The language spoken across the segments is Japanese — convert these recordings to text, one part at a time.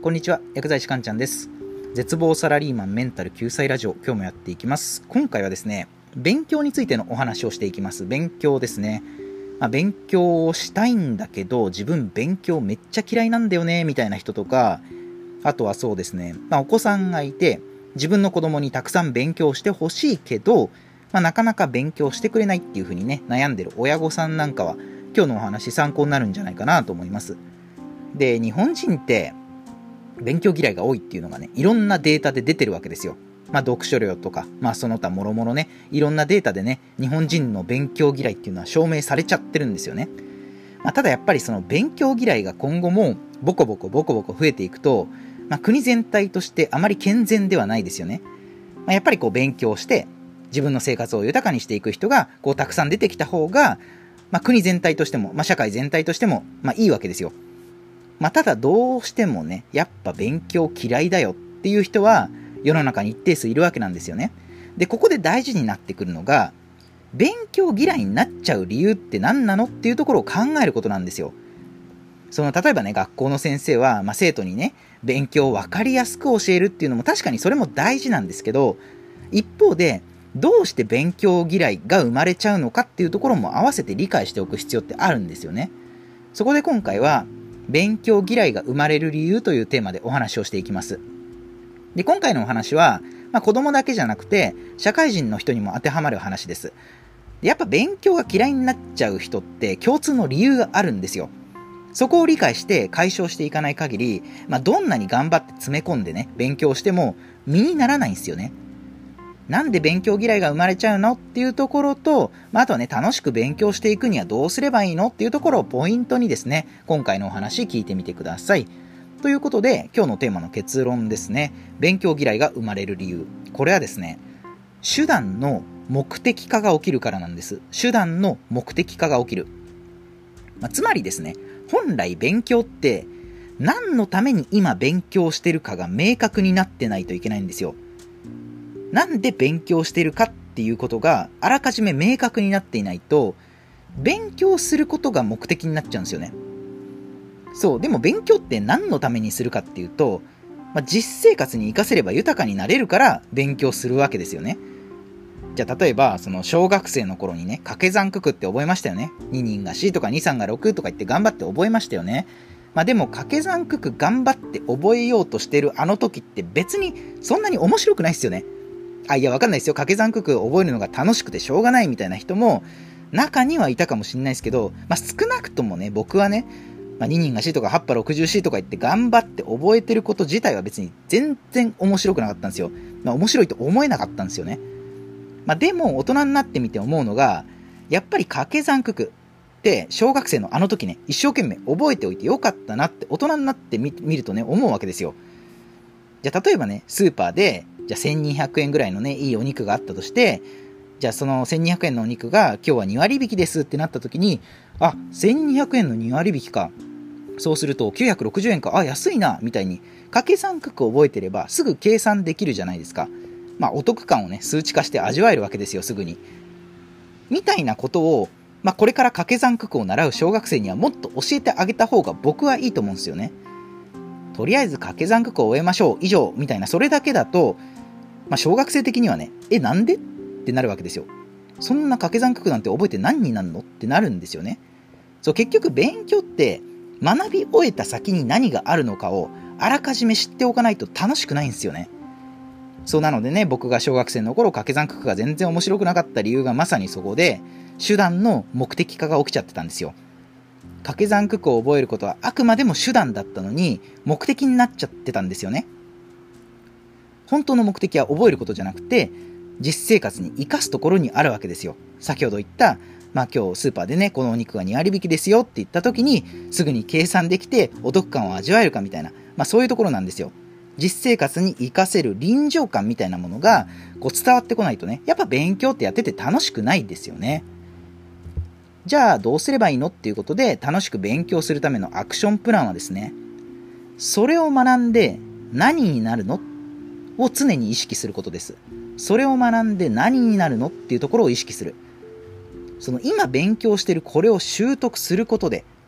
こんにちは、薬剤師かんちゃんです。絶望サラリーマンメンタル救済ラジオ、今日もやっていきます。今回はですね、勉強についてのお話をしていきます。勉強ですね。勉強をしたいんだけど、自分勉強めっちゃ嫌いなんだよね、みたいな人とか、あとはそうですね、お子さんがいて、自分の子供にたくさん勉強してほしいけど、なかなか勉強してくれないっていう風にね、悩んでる親御さんなんかは、今日のお話参考になるんじゃないかなと思います。で、日本人って勉強嫌いが多いっていうのがね、いろんなデータで出てるわけですよ。読書量とか、その他もろもろね、いろんなデータでね、日本人の勉強嫌いっていうのは証明されちゃってるんですよね。ただやっぱりその勉強嫌いが今後もボコボコ増えていくと、国全体としてあまり健全ではないですよね。やっぱり勉強して自分の生活を豊かにしていく人がたくさん出てきた方が、国全体としても、社会全体としても、いいわけですよ。ただどうしてもね、やっぱ勉強嫌いだよっていう人は世の中に一定数いるわけなんですよね。で、ここで大事になってくるのが、勉強嫌いになっちゃう理由って何なのっていうところを考えることなんですよ。例えばね、学校の先生は、生徒にね、勉強を分かりやすく教えるっていうのも確かにそれも大事なんですけど、一方で、どうして勉強嫌いが生まれちゃうのかっていうところも合わせて理解しておく必要ってあるんですよね。そこで今回は、勉強嫌いが生まれる理由というテーマでお話をしていきます。で、今回のお話は、子供だけじゃなくて、社会人の人にも当てはまる話です。やっぱ勉強が嫌いになっちゃう人って共通の理由があるんですよ。そこを理解して解消していかない限り、どんなに頑張って詰め込んでね、勉強しても身にならないんですよね。なんで勉強嫌いが生まれちゃうのっていうところと、あとはね、楽しく勉強していくにはどうすればいいのっていうところをポイントにですね、今回のお話聞いてみてください。ということで、今日のテーマの結論ですね。勉強嫌いが生まれる理由。これはですね、手段の目的化が起きるからなんです。手段の目的化が起きる。つまりですね、本来勉強って何のために今勉強してるかが明確になってないといけないんですよ。なんで勉強してるかっていうことがあらかじめ明確になっていないと、勉強することが目的になっちゃうんですよね。そう、でも勉強って何のためにするかっていうと、実生活に活かせれば豊かになれるから勉強するわけですよね。じゃあ例えば、小学生の頃にね、掛け算九九って覚えましたよね。2人が4とか2、3が6とか言って頑張って覚えましたよね。でも掛け算九九頑張って覚えようとしてるあの時って別にそんなに面白くないですよね。いや、わかんないですよ。掛け算九九覚えるのが楽しくてしょうがないみたいな人も中にはいたかもしれないですけど、少なくともね、僕はね、2人が4とか8波 60C とか言って頑張って覚えてること自体は別に全然面白くなかったんですよ。面白いと思えなかったんですよね。でも大人になってみて思うのが、やっぱり掛け算九九って小学生のあの時ね、一生懸命覚えておいてよかったなって大人になってみるとね、思うわけですよ。じゃあ例えばね、スーパーでじゃあ1200円ぐらいのね、いいお肉があったとして、じゃあその1200円のお肉が今日は2割引きですってなった時に、1200円の2割引きか。そうすると960円か、安いなみたいに掛け算九九覚えてればすぐ計算できるじゃないですか。お得感をね、数値化して味わえるわけですよ、すぐに。みたいなことを、これから掛け算九九を習う小学生にはもっと教えてあげた方が僕はいいと思うんですよね。とりあえず掛け算九九を終えましょう、以上、みたいな、それだけだと、小学生的にはね、なんでってなるわけですよ。そんな掛け算九九なんて覚えて何になるのってなるんですよね。そう、結局勉強って学び終えた先に何があるのかをあらかじめ知っておかないと楽しくないんですよね。そうなのでね、僕が小学生の頃掛け算九九が全然面白くなかった理由がまさにそこで、手段の目的化が起きちゃってたんですよ。掛け算九九を覚えることはあくまでも手段だったのに目的になっちゃってたんですよね。本当の目的は覚えることじゃなくて、実生活に生かすところにあるわけですよ。先ほど言った、今日スーパーでね、このお肉が2割引きですよって言った時にすぐに計算できてお得感を味わえるかみたいな、そういうところなんですよ。実生活に活かせる臨場感みたいなものが伝わってこないとね、やっぱ勉強ってやってて楽しくないですよね。じゃあどうすればいいのっていうことで、楽しく勉強するためのアクションプランはですね、それを学んで何になるのを常に意識することです。それを学んで何になるのっていうところを意識する。その今勉強しているこれを習得することで、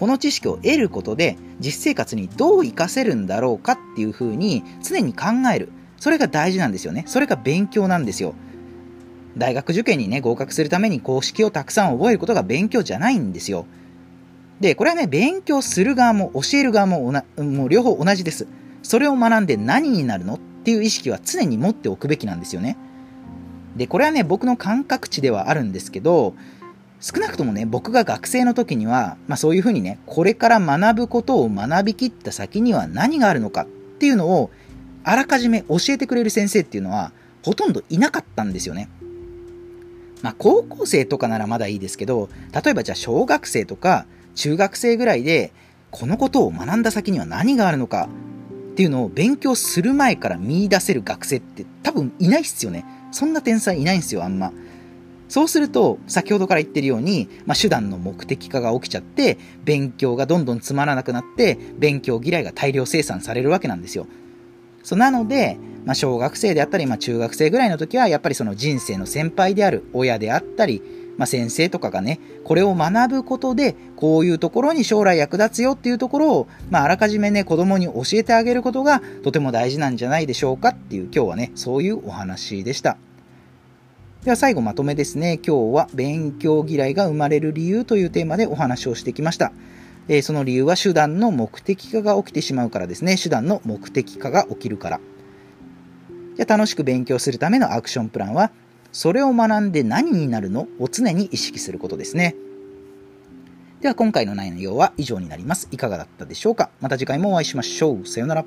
この知識を得ることで実生活にどう活かせるんだろうかっていうふうに常に考える。それが大事なんですよね。それが勉強なんですよ。大学受験にね、合格するために公式をたくさん覚えることが勉強じゃないんですよ。で、これはね、勉強する側も教える側ももう両方同じです。それを学んで何になるのっていう意識は常に持っておくべきなんですよね。で、これはね、僕の感覚値ではあるんですけど、少なくともね、僕が学生の時には、そういうふうにね、これから学ぶことを学びきった先には何があるのかっていうのを、あらかじめ教えてくれる先生っていうのは、ほとんどいなかったんですよね。高校生とかならまだいいですけど、例えばじゃあ小学生とか中学生ぐらいで、このことを学んだ先には何があるのかっていうのを勉強する前から見出せる学生って多分いないっすよね。そんな天才いないんですよ、あんま。そうすると、先ほどから言ってるように、手段の目的化が起きちゃって、勉強がどんどんつまらなくなって、勉強嫌いが大量生産されるわけなんですよ。なので、小学生であったり、中学生ぐらいの時は、やっぱりその人生の先輩である親であったり、先生とかがね、これを学ぶことで、こういうところに将来役立つよっていうところを、あらかじめね、子供に教えてあげることがとても大事なんじゃないでしょうかっていう、今日はね、そういうお話でした。では最後まとめですね。今日は勉強嫌いが生まれる理由というテーマでお話をしてきました。その理由は手段の目的化が起きてしまうからですね。手段の目的化が起きるから。じゃあ楽しく勉強するためのアクションプランは、それを学んで何になるのを常に意識することですね。では今回の内容は以上になります。いかがだったでしょうか。また次回もお会いしましょう。さようなら。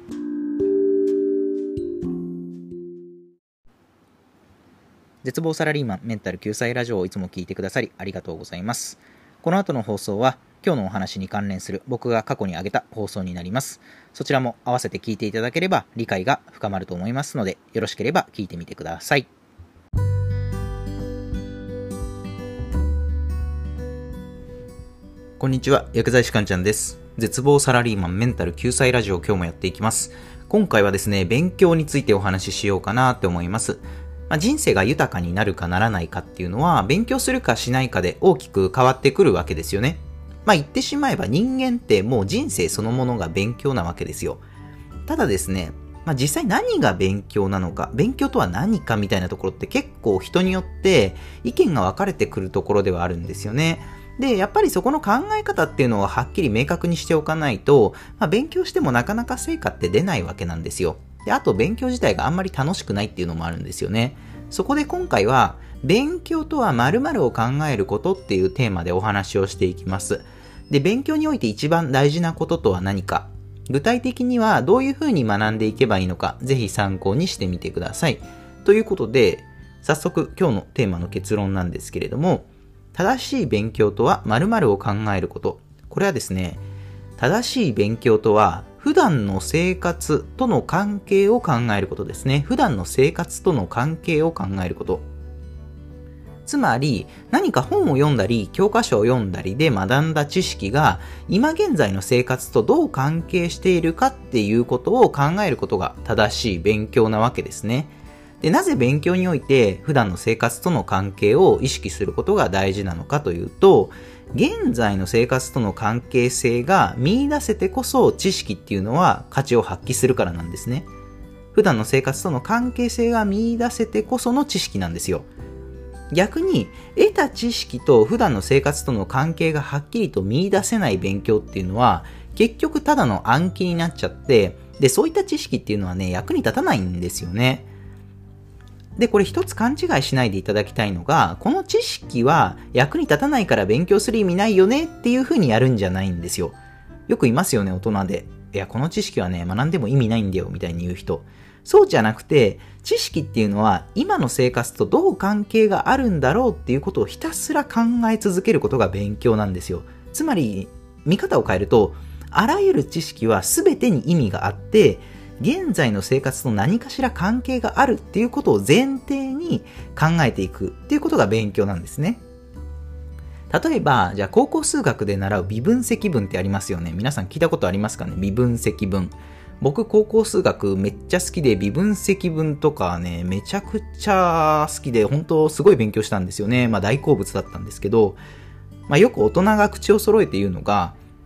絶望サラリーマンメンタル救済ラジオをいつも聞いてくださりありがとうございます。この後の放送は今日のお話に関連する僕が過去に挙げた放送になります。そちらも合わせて聞いていただければ理解が深まると思いますので、よろしければ聞いてみてください。こんにちは、薬剤師かんちゃんです。絶望サラリーマンメンタル救済ラジオ、今日もやっていきます。今回はですね、勉強についてお話ししようかなって思います。人生が豊かになるかならないかっていうのは、勉強するかしないかで大きく変わってくるわけですよね。言ってしまえば人間ってもう人生そのものが勉強なわけですよ。ただですね、実際何が勉強なのか、勉強とは何かみたいなところって結構人によって意見が分かれてくるところではあるんですよね。で、やっぱりそこの考え方っていうのをはっきり明確にしておかないと、勉強してもなかなか成果って出ないわけなんですよ。で、あと勉強自体があんまり楽しくないっていうのもあるんですよね。そこで今回は、勉強とは〇〇を考えることっていうテーマでお話をしていきます。で、勉強において一番大事なこととは何か、具体的にはどういうふうに学んでいけばいいのか、ぜひ参考にしてみてください。ということで、早速今日のテーマの結論なんですけれども、正しい勉強とは〇〇を考えること。これはですね、正しい勉強とは普段の生活との関係を考えることですね。普段の生活との関係を考えること。つまり、何か本を読んだり、教科書を読んだりで学んだ知識が、今現在の生活とどう関係しているかっていうことを考えることが正しい勉強なわけですね。で、なぜ勉強において普段の生活との関係を意識することが大事なのかというと、現在の生活との関係性が見出せてこそ知識っていうのは価値を発揮するからなんですね。普段の生活との関係性が見出せてこその知識なんですよ。逆に得た知識と普段の生活との関係がはっきりと見出せない勉強っていうのは結局ただの暗記になっちゃって、でそういった知識っていうのはね、役に立たないんですよね。で、これ一つ勘違いしないでいただきたいのが、この知識は役に立たないから勉強する意味ないよねっていう風にやるんじゃないんですよ。よくいますよね、大人で。いや、この知識はね、学んでも意味ないんだよみたいに言う人。そうじゃなくて、知識っていうのは今の生活とどう関係があるんだろうっていうことをひたすら考え続けることが勉強なんですよ。つまり、見方を変えると、あらゆる知識は全てに意味があって、現在の生活と何かしら関係があるっていうことを前提に考えていくっていうことが勉強なんですね。例えば、じゃあ高校数学で習う微分積分ってありますよね。皆さん聞いたことありますかね？微分積分。僕高校数学めっちゃ好きで、微分積分とかね、めちゃくちゃ好きで、本当すごい勉強したんですよね。大好物だったんですけど、よく大人が口を揃えて言うのが、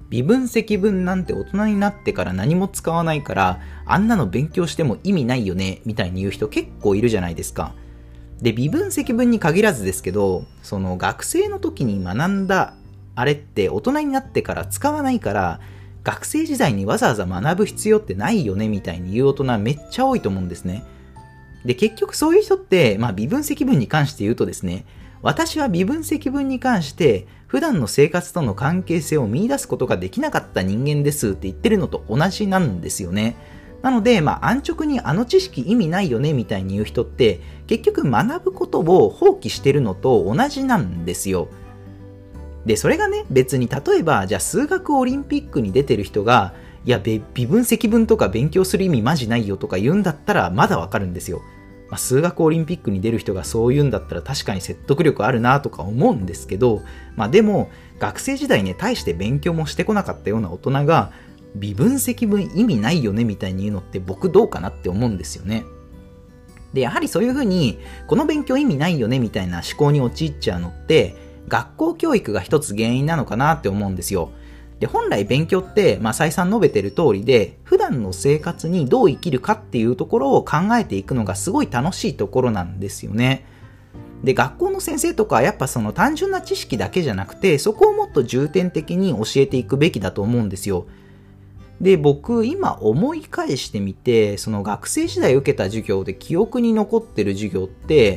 微分積分なんて大人になってから何も使わないから、あんなの勉強しても意味ないよね、みたいに言う人結構いるじゃないですか。で、微分積分に限らずですけど、その学生の時に学んだあれって大人になってから使わないから、学生時代にわざわざ学ぶ必要ってないよね、みたいに言う大人めっちゃ多いと思うんですね。で、結局そういう人って、微分積分に関して言うとですね、私は微分積分に関して普段の生活との関係性を見出すことができなかった人間ですって言ってるのと同じなんですよね。なので、安直にあの知識意味ないよねみたいに言う人って結局学ぶことを放棄してるのと同じなんですよ。で、それがね、別に例えばじゃあ数学オリンピックに出てる人がいや微分積分とか勉強する意味マジないよとか言うんだったらまだわかるんですよ。数学オリンピックに出る人がそう言うんだったら確かに説得力あるなとか思うんですけど、でも学生時代ね、大して勉強もしてこなかったような大人が微分積分意味ないよねみたいに言うのって僕どうかなって思うんですよね。で、やはりそういう風にこの勉強意味ないよねみたいな思考に陥っちゃうのって学校教育が一つ原因なのかなって思うんですよ。で、本来勉強って、再三述べてる通りで、普段の生活にどう生きるかっていうところを考えていくのがすごい楽しいところなんですよね。で、学校の先生とかはやっぱその単純な知識だけじゃなくて、そこをもっと重点的に教えていくべきだと思うんですよ。で、僕、今思い返してみて、その学生時代受けた授業で記憶に残ってる授業って、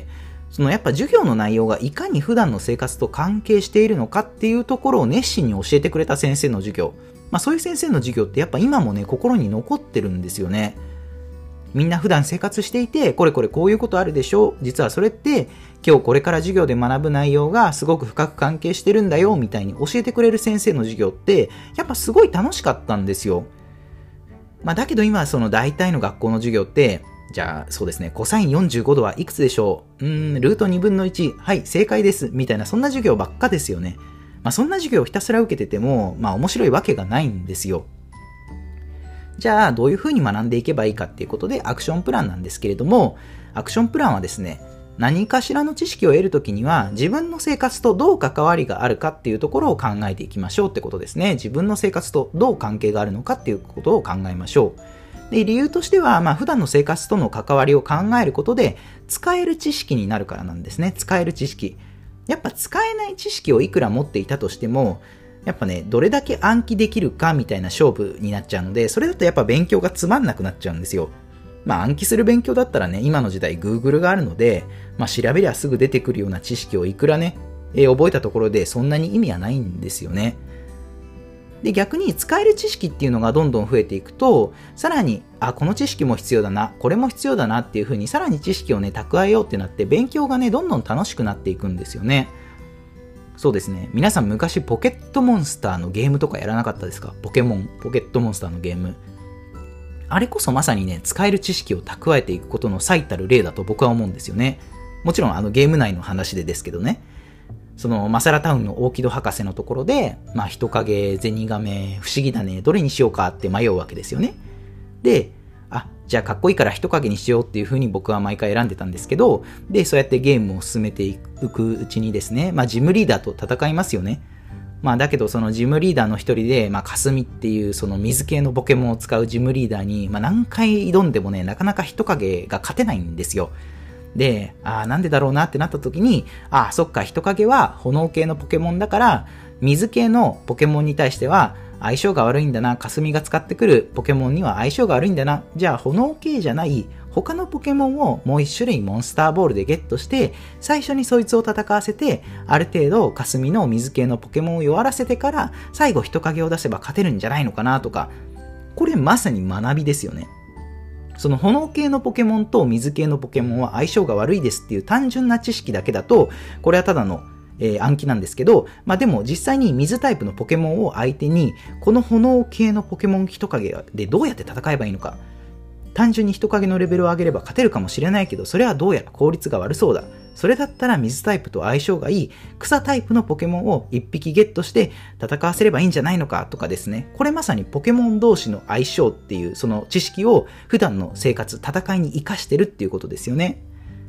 やっぱ授業の内容がいかに普段の生活と関係しているのかっていうところを熱心に教えてくれた先生の授業。そういう先生の授業ってやっぱ今もね、心に残ってるんですよね。みんな普段生活していて、これこういうことあるでしょ。実はそれって、今日これから授業で学ぶ内容がすごく深く関係してるんだよ、みたいに教えてくれる先生の授業って、やっぱすごい楽しかったんですよ。だけど今、その大体の学校の授業って、じゃあそうですね、コサイン45度はいくつでしょう？ルート2分の1、はい、正解です。みたいな、そんな授業ばっかですよね。そんな授業をひたすら受けてても、面白いわけがないんですよ。じゃあ、どういうふうに学んでいけばいいかっていうことで、アクションプランなんですけれども、アクションプランはですね、何かしらの知識を得るときには、自分の生活とどう関わりがあるかっていうところを考えていきましょうってことですね。自分の生活とどう関係があるのかっていうことを考えましょう。で、理由としては、普段の生活との関わりを考えることで、使える知識になるからなんですね。使える知識。やっぱ使えない知識をいくら持っていたとしても、やっぱね、どれだけ暗記できるかみたいな勝負になっちゃうので、それだとやっぱ勉強がつまんなくなっちゃうんですよ。暗記する勉強だったらね、今の時代 Google があるので、調べりゃすぐ出てくるような知識をいくらね、覚えたところでそんなに意味はないんですよね。で、逆に使える知識っていうのがどんどん増えていくと、さらに、この知識も必要だな、これも必要だなっていう風にさらに知識をね、蓄えようってなって、勉強がね、どんどん楽しくなっていくんですよね。そうですね。皆さん昔ポケットモンスターのゲームとかやらなかったですか？ポケットモンスターのゲーム。あれこそまさにね、使える知識を蓄えていくことの最たる例だと僕は思うんですよね。もちろんゲーム内の話でですけどね。そのマサラタウンの大木戸博士のところで、人影、ゼニガメ、不思議だね、どれにしようかって迷うわけですよね。で、じゃあかっこいいから人影にしようっていう風に僕は毎回選んでたんですけど、で、そうやってゲームを進めていくうちにですね、ジムリーダーと戦いますよね。だけどそのジムリーダーの一人で、カスミっていうその水系のポケモンを使うジムリーダーに、何回挑んでもね、なかなか人影が勝てないんですよ。で、なんでだろうなってなった時に、そっか、人影は炎系のポケモンだから、水系のポケモンに対しては相性が悪いんだな、霞が使ってくるポケモンには相性が悪いんだな、じゃあ炎系じゃない他のポケモンをもう一種類モンスターボールでゲットして、最初にそいつを戦わせて、ある程度霞の水系のポケモンを弱らせてから、最後人影を出せば勝てるんじゃないのかなとか、これまさに学びですよね。その炎系のポケモンと水系のポケモンは相性が悪いですっていう単純な知識だけだと、これはただの、暗記なんですけど、でも実際に水タイプのポケモンを相手に、この炎系のポケモン人影でどうやって戦えばいいのか。単純に人影のレベルを上げれば勝てるかもしれないけど、それはどうやら効率が悪そうだ。それだったら水タイプと相性がいい草タイプのポケモンを1匹ゲットして戦わせればいいんじゃないのかとかですね。これまさにポケモン同士の相性っていうその知識を普段の生活、戦いに活かしてるっていうことですよね。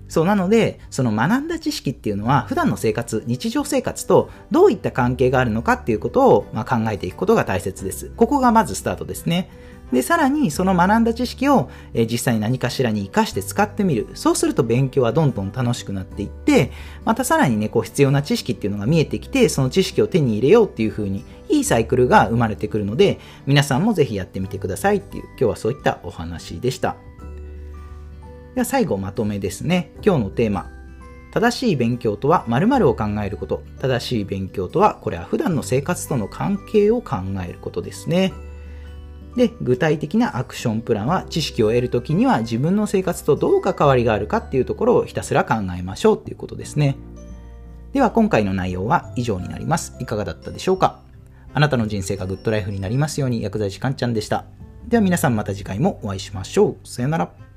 そうなので、その学んだ知識っていうのは普段の生活、日常生活とどういった関係があるのかっていうことを考えていくことが大切です。ここがまずスタートですね。で、さらにその学んだ知識を実際に何かしらに活かして使ってみる。そうすると勉強はどんどん楽しくなっていって、またさらにね、必要な知識っていうのが見えてきて、その知識を手に入れようっていう風に、いいサイクルが生まれてくるので、皆さんもぜひやってみてくださいっていう、今日はそういったお話でした。では最後まとめですね。今日のテーマ。正しい勉強とは〇〇を考えること。正しい勉強とは、これは普段の生活との関係を考えることですね。で、具体的なアクションプランは、知識を得るときには自分の生活とどう関わりがあるかっていうところをひたすら考えましょうっていうことですね。では今回の内容は以上になります。いかがだったでしょうか？あなたの人生がグッドライフになりますように、薬剤師かんちゃんでした。では皆さんまた次回もお会いしましょう。さよなら。